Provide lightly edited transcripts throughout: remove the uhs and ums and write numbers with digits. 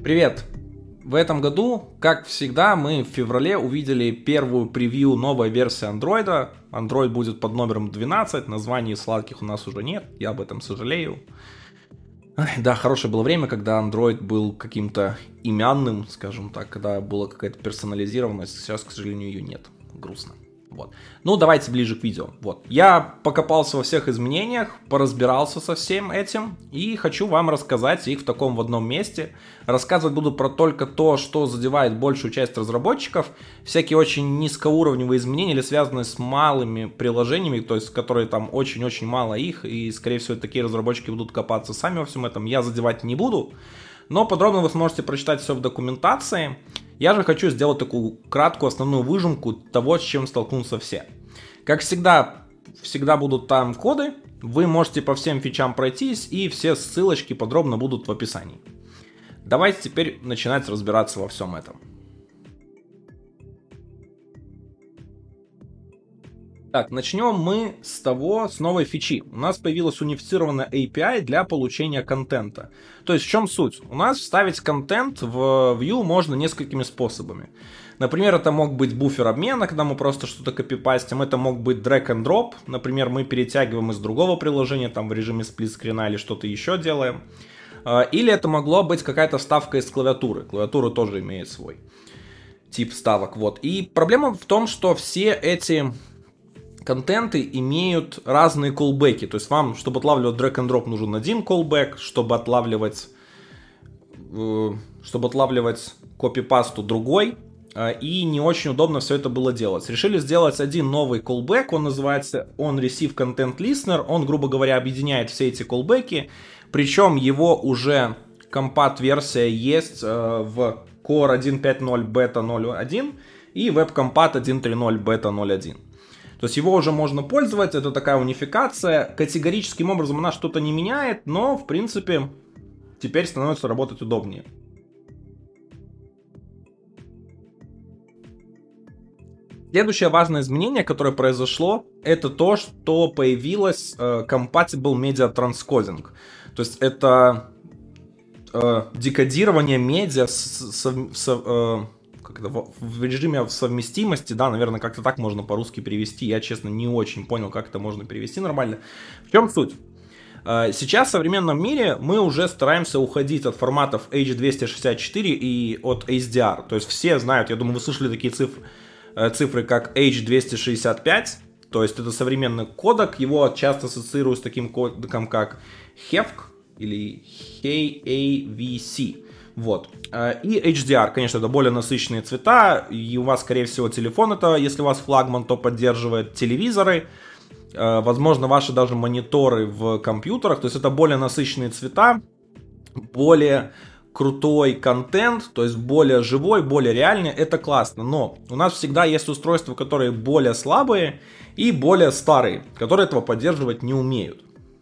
Привет! В этом году, как всегда, мы в феврале увидели первую превью новой версии Android. Android будет под номером 12, названий сладких у нас уже нет, я об этом сожалею. Да, хорошее было время, когда Android был каким-то имянным, скажем так, когда была какая-то персонализированность, сейчас, к сожалению, ее нет. Грустно. Вот. Ну, давайте ближе к видео. Вот. Я покопался во всех изменениях, поразбирался со всем этим и хочу вам рассказать их в одном месте. Рассказывать буду про только то, что задевает большую часть разработчиков, всякие очень низкоуровневые изменения или связанные с малыми приложениями, то есть которые там очень-очень мало их, и скорее всего такие разработчики будут копаться сами во всем этом. Я задевать не буду, но подробно вы сможете прочитать все в документации. Я же хочу сделать такую краткую основную выжимку того, с чем столкнутся все. Как всегда будут там коды, вы можете по всем фичам пройтись, и все ссылочки подробно будут в описании. Давайте теперь начинать разбираться во всем этом. Так, начнем мы с новой фичи. У нас появилась унифицированная API для получения контента. То есть в чем суть? У нас вставить контент в Vue можно несколькими способами. Например, это мог быть буфер обмена, когда мы просто что-то копипастим. Это мог быть drag and drop. Например, мы перетягиваем из другого приложения, там в режиме сплит-скрина или что-то еще делаем. Или это могло быть какая-то вставка из клавиатуры. Клавиатура тоже имеет свой тип вставок. Вот. И проблема в том, что все эти контенты имеют разные колбеки. То есть вам, чтобы отлавливать drag and drop, нужен один колбэк, чтобы отлавливать копипасту другой. И не очень удобно все это было делать. Решили сделать один новый callback, он называется onReceiveContentListener. Он, грубо говоря, объединяет все эти callback'и. Причем его уже компат-версия есть в Core 1.5.0 Beta 0.1 и WebCompat 1.3.0 Beta 0.1. То есть его уже можно пользовать, это такая унификация. Категорическим образом она что-то не меняет, но в принципе теперь становится работать удобнее. Следующее важное изменение, которое произошло, это то, что появилось Compatible Media Transcoding. То есть это декодирование медиа в режиме совместимости, да, наверное, как-то так можно по-русски перевести. Я, честно, не очень понял, как это можно перевести нормально. В чем суть? Сейчас в современном мире мы уже стараемся уходить от форматов H264 и от HDR. То есть все знают, я думаю, вы слышали такие цифры как H265. То есть это современный кодек. Его часто ассоциируют с таким кодеком, как HEVC или HAVC. Вот. И HDR, конечно, это более насыщенные цвета, и у вас, скорее всего, телефон это, если у вас флагман, то поддерживает телевизоры, возможно, ваши даже мониторы в компьютерах, то есть это более насыщенные цвета, более крутой контент, то есть более живой, более реальный, это классно, но у нас всегда есть устройства, которые более слабые и более старые, которые этого поддерживать не умеют.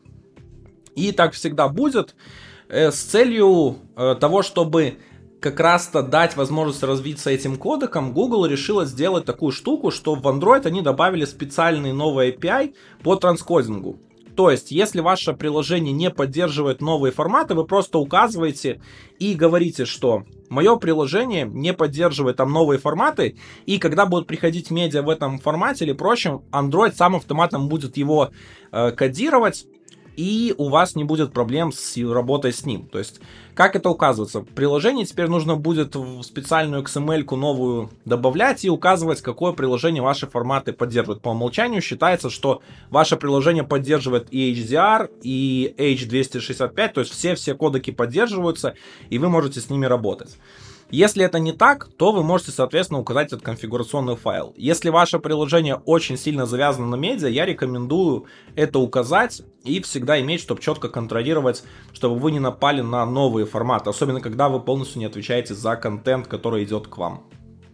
И так всегда будет. С целью того, чтобы как раз-то дать возможность развиться этим кодеком, Google решила сделать такую штуку, что в Android они добавили специальный новый API по транскодингу. То есть, если ваше приложение не поддерживает новые форматы, вы просто указываете и говорите, что мое приложение не поддерживает там новые форматы, и когда будут приходить медиа в этом формате или прочем, Android сам автоматом будет его кодировать, и у вас не будет проблем с работой с ним. То есть, как это указывается? В приложении теперь нужно будет в специальную XML-ку новую добавлять и указывать, какое приложение ваши форматы поддерживает. По умолчанию считается, что ваше приложение поддерживает и HDR, и H265, то есть все кодеки поддерживаются, и вы можете с ними работать. Если это не так, то вы можете, соответственно, указать этот конфигурационный файл. Если ваше приложение очень сильно завязано на медиа, я рекомендую это указать и всегда иметь, чтобы четко контролировать, чтобы вы не напали на новые форматы, особенно когда вы полностью не отвечаете за контент, который идет к вам.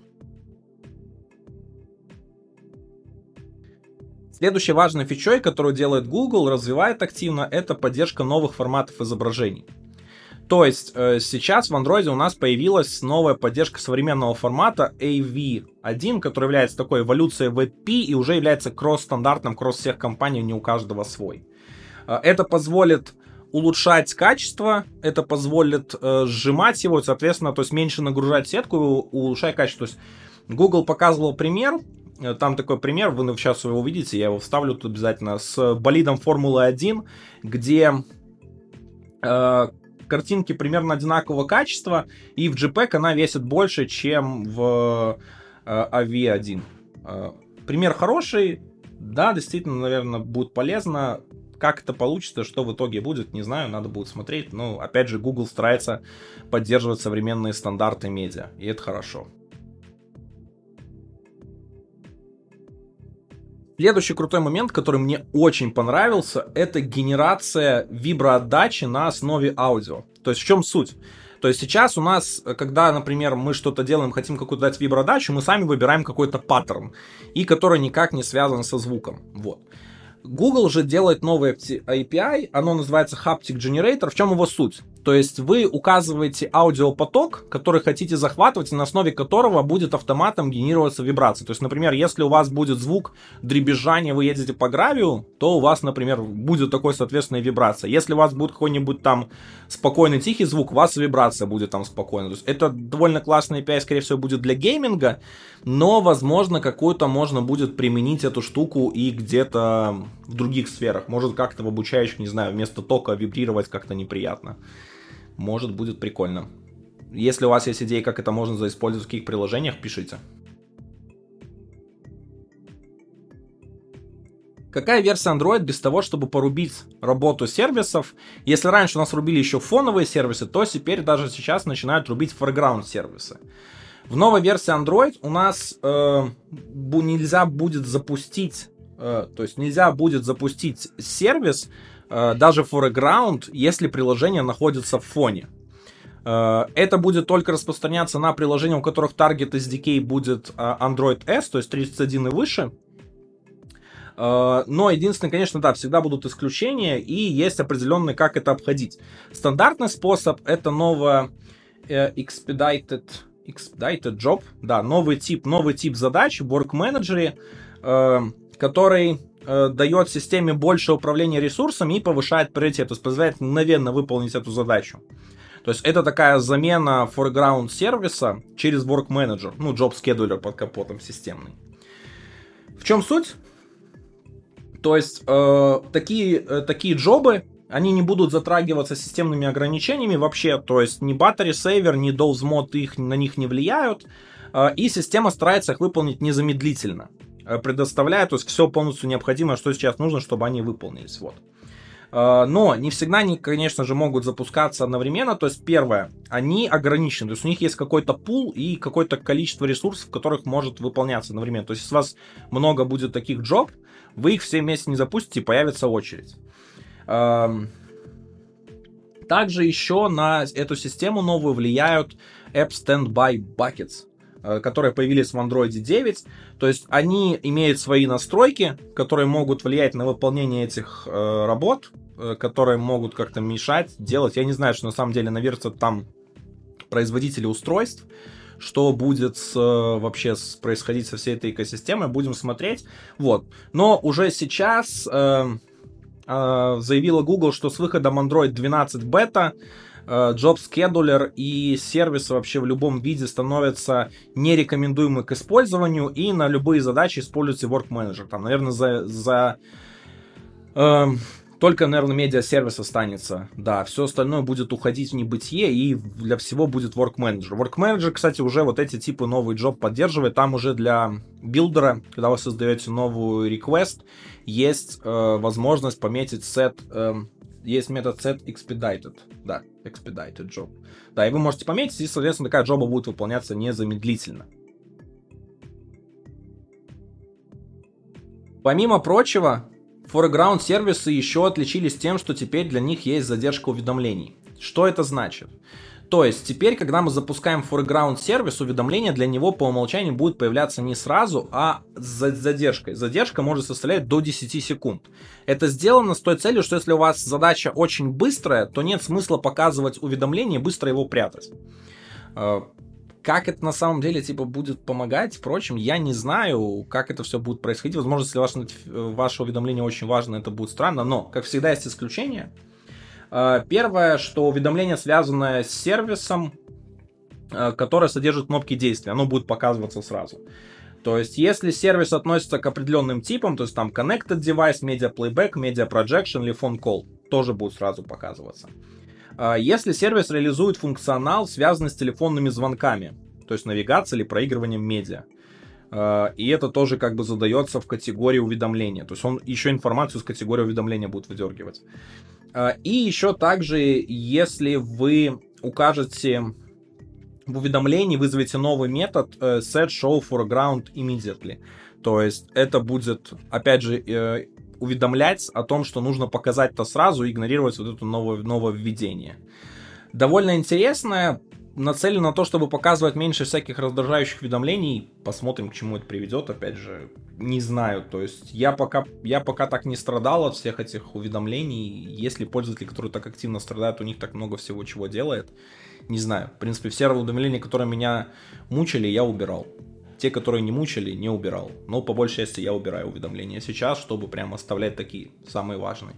Следующей важной фичой, которую делает Google, развивает активно, это поддержка новых форматов изображений. То есть сейчас в Android у нас появилась новая поддержка современного формата AV1, который является такой эволюцией WebP и уже является кросс-стандартным, кросс всех компаний, не у каждого свой. Это позволит улучшать качество, это позволит сжимать его, соответственно, то есть меньше нагружать сетку, улучшать качество. То есть Google показывал пример, там такой пример, вы сейчас его увидите, я его вставлю тут обязательно, с болидом Формулы-1, где картинки примерно одинакового качества, и в JPEG она весит больше, чем в AV1. Пример хороший, да, действительно, наверное, будет полезно. Как это получится, что в итоге будет, не знаю, надо будет смотреть. Но, опять же, Google старается поддерживать современные стандарты медиа, и это хорошо. Следующий крутой момент, который мне очень понравился, это генерация виброотдачи на основе аудио. То есть в чем суть? То есть сейчас у нас, когда, например, мы что-то делаем, хотим какую-то дать виброотдачу, мы сами выбираем какой-то паттерн, и который никак не связан со звуком. Вот. Google же делает новый API, оно называется Haptic Generator. В чем его суть? То есть вы указываете аудиопоток, который хотите захватывать, и на основе которого будет автоматом генерироваться вибрация. То есть, например, если у вас будет звук дребезжания, вы едете по гравию, то у вас, например, будет такой, соответственно, вибрация. Если у вас будет какой-нибудь там спокойный, тихий звук, у вас вибрация будет там спокойная. То есть это довольно классный API, скорее всего, будет для гейминга, но, возможно, какую-то можно будет применить эту штуку и где-то в других сферах. Может, как-то в обучающих, не знаю, вместо тока вибрировать как-то неприятно. Может, будет прикольно. Если у вас есть идеи, как это можно заиспользовать в каких приложениях, пишите. Какая версия Android без того, чтобы порубить работу сервисов? Если раньше у нас рубили еще фоновые сервисы, то теперь даже сейчас начинают рубить foreground сервисы. В новой версии Android у нас нельзя будет запустить, сервис, даже foreground, если приложение находится в фоне. Это будет только распространяться на приложения, у которых Target SDK будет Android S, то есть 31 и выше. Но единственное, конечно, да, всегда будут исключения, и есть определенный, как это обходить. Стандартный способ — это новая Expedited Job, да, новый тип задач в Work Manager, который дает системе больше управления ресурсами и повышает приоритет, то есть позволяет мгновенно выполнить эту задачу. То есть это такая замена foreground сервиса через Work Manager, ну, Job Scheduler под капотом системный. В чем суть? То есть такие джобы, они не будут затрагиваться системными ограничениями вообще, то есть ни Battery Saver, ни Doze Mod на них не влияют, и система старается их выполнить незамедлительно, предоставляя, то есть все полностью необходимое, что сейчас нужно, чтобы они выполнились. Вот. Но не всегда они, конечно же, могут запускаться одновременно. То есть, первое, они ограничены. То есть, у них есть какой-то пул и какое-то количество ресурсов, которых может выполняться одновременно. То есть, если у вас много будет таких джоб, вы их все вместе не запустите, и появится очередь. Также еще на эту систему новую влияют App Standby Buckets, которые появились в Android 9. То есть они имеют свои настройки, которые могут влиять на выполнение этих работ, которые могут как-то мешать делать. Я не знаю, что на самом деле наверное там производители устройств, что будет вообще происходить со всей этой экосистемой, будем смотреть. Вот. Но уже сейчас заявила Google, что с выходом Android 12 бета Job Scheduler и сервисы вообще в любом виде становятся нерекомендуемы к использованию, и на любые задачи используйте Work Manager. Там, наверное, только, наверное, медиа-сервис останется. Да, все остальное будет уходить в небытие, и для всего будет Work Manager. Work Manager, кстати, уже вот эти типы новый job поддерживает. Там уже для билдера, когда вы создаете новую request, есть возможность пометить set... Есть метод set expedited. Да, expedited job. Да, и вы можете пометить, и, соответственно, такая джоба будет выполняться незамедлительно. Помимо прочего, foreground сервисы еще отличились тем, что теперь для них есть задержка уведомлений. Что это значит? То есть теперь, когда мы запускаем foreground сервис, уведомление для него по умолчанию будет появляться не сразу, а с задержкой. Задержка может составлять до 10 секунд. Это сделано с той целью, что если у вас задача очень быстрая, то нет смысла показывать уведомление и быстро его прятать. Как это на самом деле будет помогать, впрочем, я не знаю, как это все будет происходить. Возможно, если ваше уведомление очень важно, это будет странно, но, как всегда, есть исключения. Первое, что уведомление, связанное с сервисом, которое содержит кнопки действия, оно будет показываться сразу. То есть, если сервис относится к определенным типам, то есть там Connected Device, Media Playback, Media Projection или Phone Call, тоже будет сразу показываться. Если сервис реализует функционал, связанный с телефонными звонками, то есть навигацией или проигрыванием медиа, и это тоже как бы задается в категории уведомления, то есть он еще информацию с категории уведомления будет выдергивать. И еще также, если вы укажете в уведомлении, вызовете новый метод set show foreground immediately. То есть это будет, опять же, уведомлять о том, что нужно показать это сразу и игнорировать вот это нововведение. Довольно интересное, нацелено на то, чтобы показывать меньше всяких раздражающих уведомлений. Посмотрим, к чему это приведет. Опять же, не знаю. То есть я пока так не страдал от всех этих уведомлений. Если пользователи, которые так активно страдают, у них так много всего чего делает, не знаю. В принципе, все уведомления, которые меня мучили, я убирал. Те, которые не мучили, не убирал. Но по большей части я убираю уведомления сейчас, чтобы прям оставлять такие самые важные.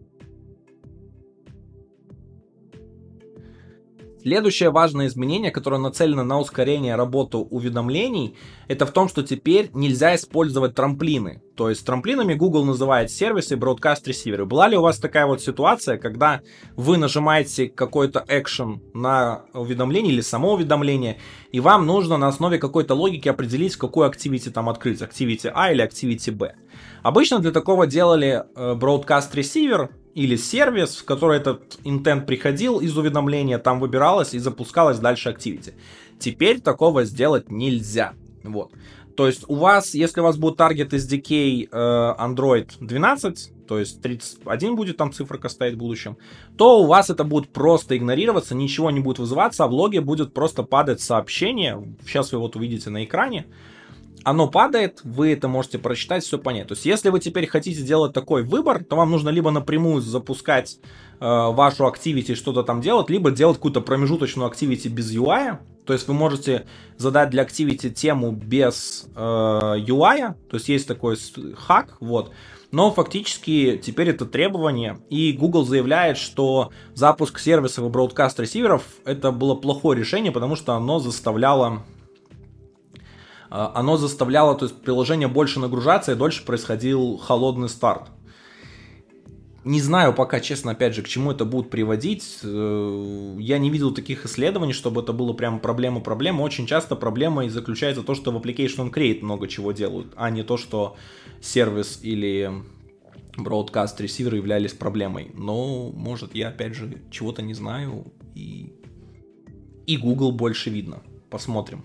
Следующее важное изменение, которое нацелено на ускорение работы уведомлений, это в том, что теперь нельзя использовать трамплины. То есть трамплинами Google называет сервисы Broadcast Receiver. Была ли у вас такая вот ситуация, когда вы нажимаете какой-то экшен на уведомление или само уведомление, и вам нужно на основе какой-то логики определить, какую activity там открыть, activity A или activity B. Обычно для такого делали Broadcast Receiver или сервис, в который этот intent приходил из уведомления, там выбиралось и запускалось дальше activity. Теперь такого сделать нельзя. Вот. То есть у вас, если у вас будет Target SDK Android 12, то есть 31 будет там циферка стоять в будущем, то у вас это будет просто игнорироваться, ничего не будет вызываться, а в логе будет просто падать сообщение. Сейчас вы вот увидите на экране. Оно падает, вы это можете прочитать, все понять. То есть, если вы теперь хотите сделать такой выбор, то вам нужно либо напрямую запускать вашу activity, что-то там делать, либо делать какую-то промежуточную activity без UI. То есть, вы можете задать для activity тему без UI. То есть, есть такой хак, вот. Но фактически теперь это требование. И Google заявляет, что запуск сервисов и бродкаст-ресиверов это было плохое решение, потому что оно заставляло, то есть, приложение больше нагружаться, и дольше происходил холодный старт. Не знаю пока, честно, опять же, к чему это будет приводить. Я не видел таких исследований, чтобы это было прям проблема. Очень часто проблема и заключается в том, что в Application on Create много чего делают, а не то, что сервис или Broadcast Receiver являлись проблемой. Но, может, я, опять же, чего-то не знаю, и Google больше видно. Посмотрим.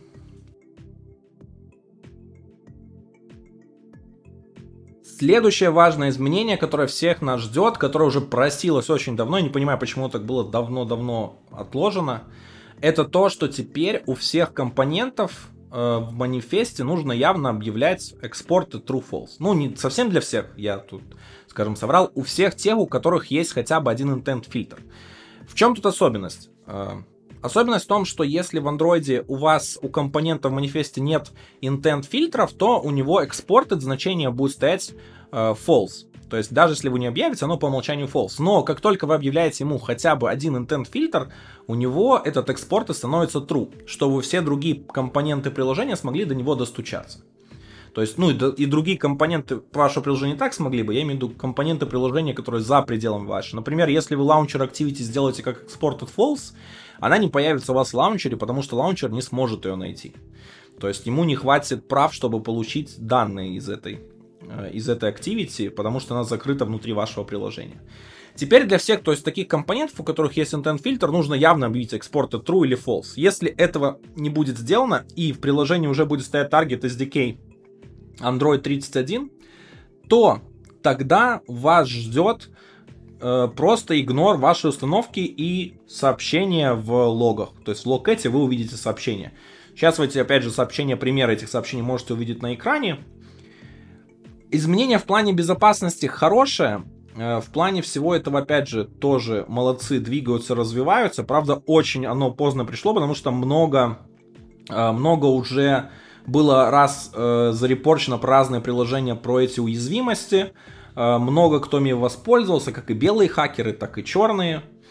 Следующее важное изменение, которое всех нас ждет, которое уже просилось очень давно, я не понимаю, почему так было давно-давно отложено, это то, что теперь у всех компонентов в манифесте нужно явно объявлять экспорты true-false. Ну, не совсем для всех, я тут, скажем, соврал, у всех тех, у которых есть хотя бы один intent фильтр. В чем тут особенность? Особенность в том, что если в андроиде у компонента в манифесте нет intent фильтров, то у него exported значение будет стоять false. То есть даже если вы не объявите, оно по умолчанию false. Но как только вы объявляете ему хотя бы один intent фильтр, у него этот exported становится true, чтобы все другие компоненты приложения смогли до него достучаться. То есть, и другие компоненты вашего приложения так смогли бы, я имею в виду компоненты приложения, которые за пределом вашего. Например, если вы Launcher Activity сделаете как Exported False, она не появится у вас в лаунчере, потому что лаунчер не сможет ее найти. То есть ему не хватит прав, чтобы получить данные из этой Activity, потому что она закрыта внутри вашего приложения. Теперь для всех, то есть таких компонентов, у которых есть intent фильтр, нужно явно объявить Exported True или False. Если этого не будет сделано, и в приложении уже будет стоять Target SDK Android 31, то тогда вас ждет просто игнор вашей установки и сообщения в логах. То есть в лог-эте вы увидите сообщения. Сейчас вы, опять же, примеры этих сообщений можете увидеть на экране. Изменения в плане безопасности хорошие. В плане всего этого, опять же, тоже молодцы, двигаются, развиваются. Правда, очень оно поздно пришло, потому что много уже было зарепорчено про разные приложения про эти уязвимости. Много кто ими воспользовался, как и белые хакеры, так и черные.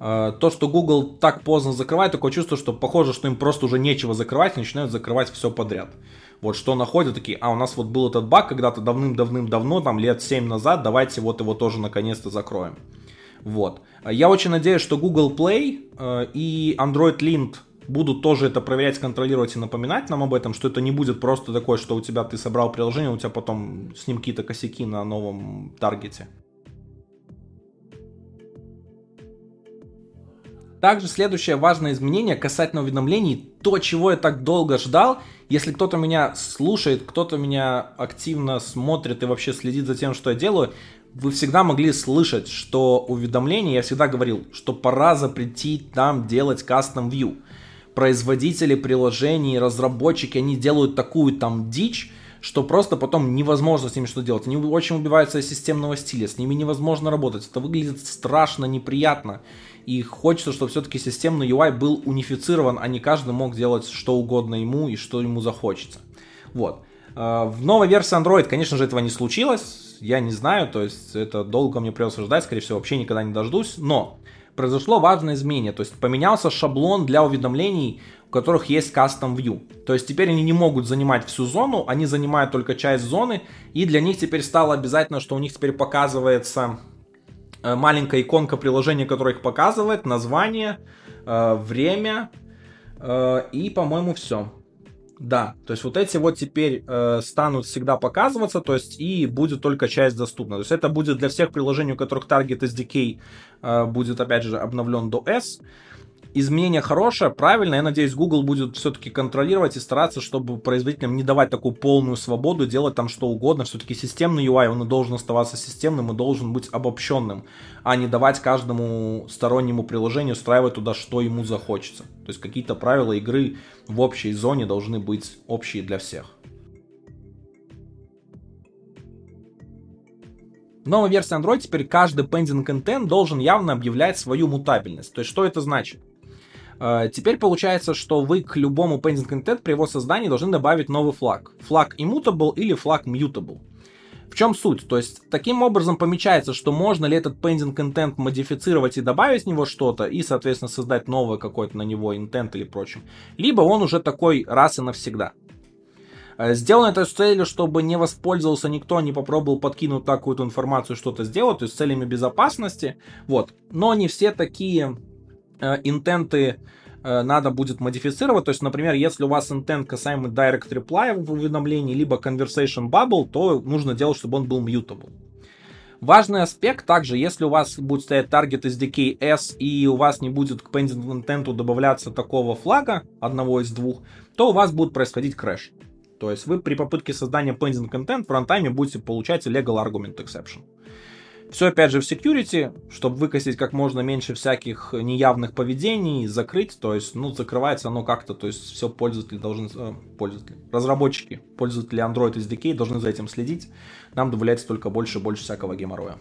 То, что Google так поздно закрывает, такое чувство, что похоже, что им просто уже нечего закрывать, начинают закрывать все подряд. Вот что находят, такие, у нас вот был этот баг когда-то давным-давным-давно, там лет 7 назад, давайте вот его тоже наконец-то закроем. Вот. Я очень надеюсь, что Google Play и Android Lint будут тоже это проверять, контролировать и напоминать нам об этом, что это не будет просто такое, что у тебя ты собрал приложение, у тебя потом с ним какие-то косяки на новом таргете. Также следующее важное изменение касательно уведомлений, то, чего я так долго ждал. Если кто-то меня слушает, кто-то меня активно смотрит и вообще следит за тем, что я делаю, вы всегда могли слышать, что уведомления, я всегда говорил, что пора запретить нам делать custom view. Производители приложений, разработчики, они делают такую там дичь, что просто потом невозможно с ними что делать. Они очень убиваются из системного стиля, с ними невозможно работать. Это выглядит страшно, неприятно. И хочется, чтобы все-таки системный UI был унифицирован, а не каждый мог делать что угодно ему и что ему захочется. Вот. В новой версии Android, конечно же, этого не случилось. Я не знаю, то есть это долго мне придется ждать, скорее всего, вообще никогда не дождусь. Но произошло важное изменение, то есть поменялся шаблон для уведомлений, у которых есть Custom View. То есть теперь они не могут занимать всю зону, они занимают только часть зоны, и для них теперь стало обязательно, что у них теперь показывается маленькая иконка приложения, которое их показывает, название, время и, по-моему, все. Да, то есть вот эти вот теперь станут всегда показываться, то есть и будет только часть доступна. То есть это будет для всех приложений, у которых Target SDK будет опять же обновлен до S. Изменение хорошее, правильно. Я надеюсь, Google будет все-таки контролировать и стараться, чтобы производителям не давать такую полную свободу, делать там что угодно. Все-таки системный UI, он и должен оставаться системным и должен быть обобщенным, а не давать каждому стороннему приложению устраивать туда, что ему захочется. То есть какие-то правила игры в общей зоне должны быть общие для всех. В новой версии Android теперь каждый pending content должен явно объявлять свою мутабельность. То есть что это значит? Теперь получается, что вы к любому pending content при его создании должны добавить новый флаг. Флаг immutable или флаг mutable. В чем суть? То есть таким образом помечается, что можно ли этот pending content модифицировать и добавить в него что-то, и, соответственно, создать новое какой-то на него intent или прочим. Либо он уже такой раз и навсегда. Сделано это с целью, чтобы не воспользовался никто, не попробовал подкинуть такую информацию, что-то сделать, то есть с целями безопасности. Вот. Но не все такие интенты надо будет модифицировать. То есть, например, если у вас intent касаемо direct reply в уведомлении, либо conversation bubble, то нужно делать, чтобы он был mutable. Важный аспект также, если у вас будет стоять target SDK S и у вас не будет к pending intent добавляться такого флага, одного из двух, то у вас будет происходить крэш. То есть вы при попытке создания pending content в рантайме будете получать legal argument exception. Все опять же в security, чтобы выкосить как можно меньше всяких неявных поведений, закрыть, то есть, закрывается оно как-то, то есть все пользователи должны, разработчики, пользователи Android SDK должны за этим следить, нам добавляется только больше и больше всякого геморроя.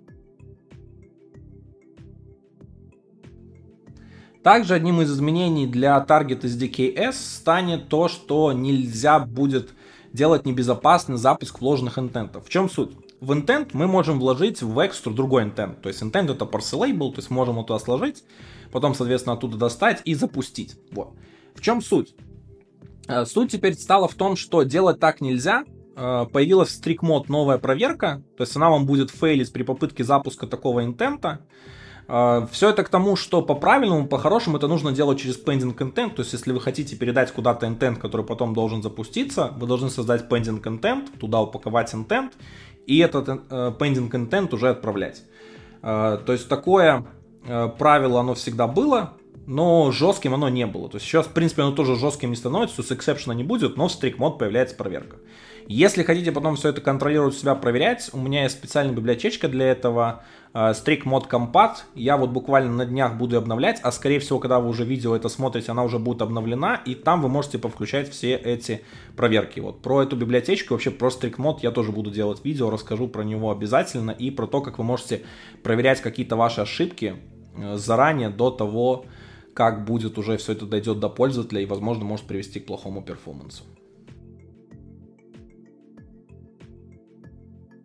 Также одним из изменений для Target SDK S станет то, что нельзя будет делать небезопасный запуск вложенных интентов. В чем суть? В intent мы можем вложить в extra другой intent. То есть intent это parcelable, то есть можем его туда сложить, потом, соответственно, оттуда достать и запустить. Вот. В чем суть? Суть теперь стала в том, что делать так нельзя. Появилась в strict mode новая проверка, то есть она вам будет фейлить при попытке запуска такого интента. Все это к тому, что по-правильному, по-хорошему это нужно делать через pending content. То есть если вы хотите передать куда-то intent, который потом должен запуститься, вы должны создать pending content, туда упаковать intent и этот pending content уже отправлять. То есть такое правило оно всегда было, но жестким оно не было. То есть сейчас, в принципе, оно тоже жестким не становится, то есть эксепшена не будет, но в strict mode появляется проверка. Если хотите потом все это контролировать, себя проверять, у меня есть специальная библиотечка для этого, strict mode compat. Я вот буквально на днях буду обновлять, а скорее всего, когда вы уже видео это смотрите, она уже будет обновлена, и там вы можете повключать все эти проверки. Вот про эту библиотечку, вообще про strict mode я тоже буду делать видео, расскажу про него обязательно, и про то, как вы можете проверять какие-то ваши ошибки заранее, до того, как будет уже все это дойдет до пользователя и, возможно, может привести к плохому перформансу.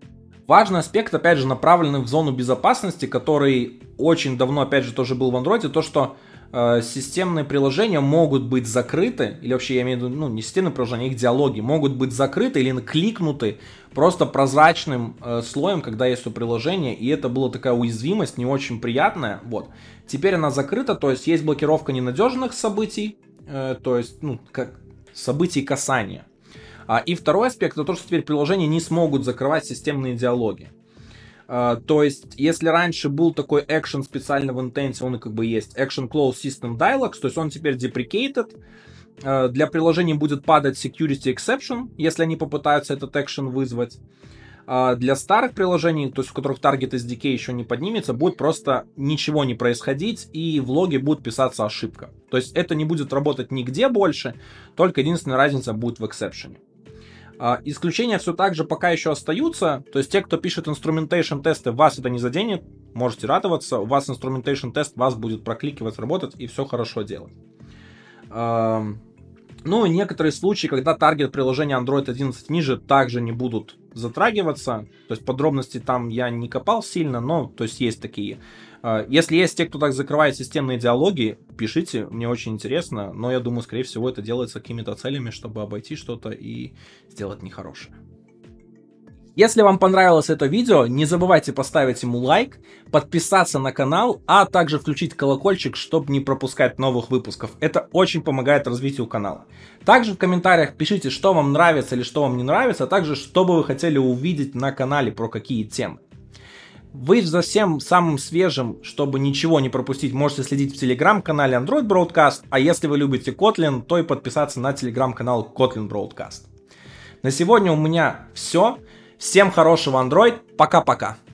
Важный аспект, опять же, направленный в зону безопасности, который очень давно, опять же, тоже был в Android, то, что системные приложения могут быть закрыты, или вообще я имею в виду, не системные приложения, их диалоги могут быть закрыты или накликнуты просто прозрачным слоем, когда есть у приложения, и это была такая уязвимость, не очень приятная, вот. Теперь она закрыта, то есть есть блокировка ненадежных событий, то есть, как событий касания. И второй аспект, это то, что теперь приложения не смогут закрывать системные диалоги. То есть, если раньше был такой action специально в Intents, он и как бы есть action close system dialogues, то есть он теперь deprecated. Для приложений будет падать security exception, если они попытаются этот action вызвать. Для старых приложений, то есть у которых target SDK еще не поднимется, будет просто ничего не происходить, и в логе будет писаться ошибка. То есть это не будет работать нигде больше, только единственная разница будет в exception. Исключения все так же пока еще остаются, то есть те, кто пишет instrumentation тесты, вас это не заденет, можете радоваться, у вас instrumentation тест вас будет прокликивать, работать и все хорошо делать. Некоторые случаи, когда таргет приложения Android 11 ниже, также не будут затрагиваться, то есть подробности там я не копал сильно, но то есть есть такие. Если есть те, кто так закрывает системные диалоги, пишите, мне очень интересно, но я думаю, скорее всего, это делается какими-то целями, чтобы обойти что-то и сделать нехорошее. Если вам понравилось это видео, не забывайте поставить ему лайк, подписаться на канал, а также включить колокольчик, чтобы не пропускать новых выпусков. Это очень помогает развитию канала. Также в комментариях пишите, что вам нравится или что вам не нравится, а также что бы вы хотели увидеть на канале, про какие темы. Вы за всем самым свежим, чтобы ничего не пропустить, можете следить в телеграм-канале Android Broadcast, а если вы любите Kotlin, то и подписаться на телеграм-канал Kotlin Broadcast. На сегодня у меня все. Всем хорошего Android. Пока-пока.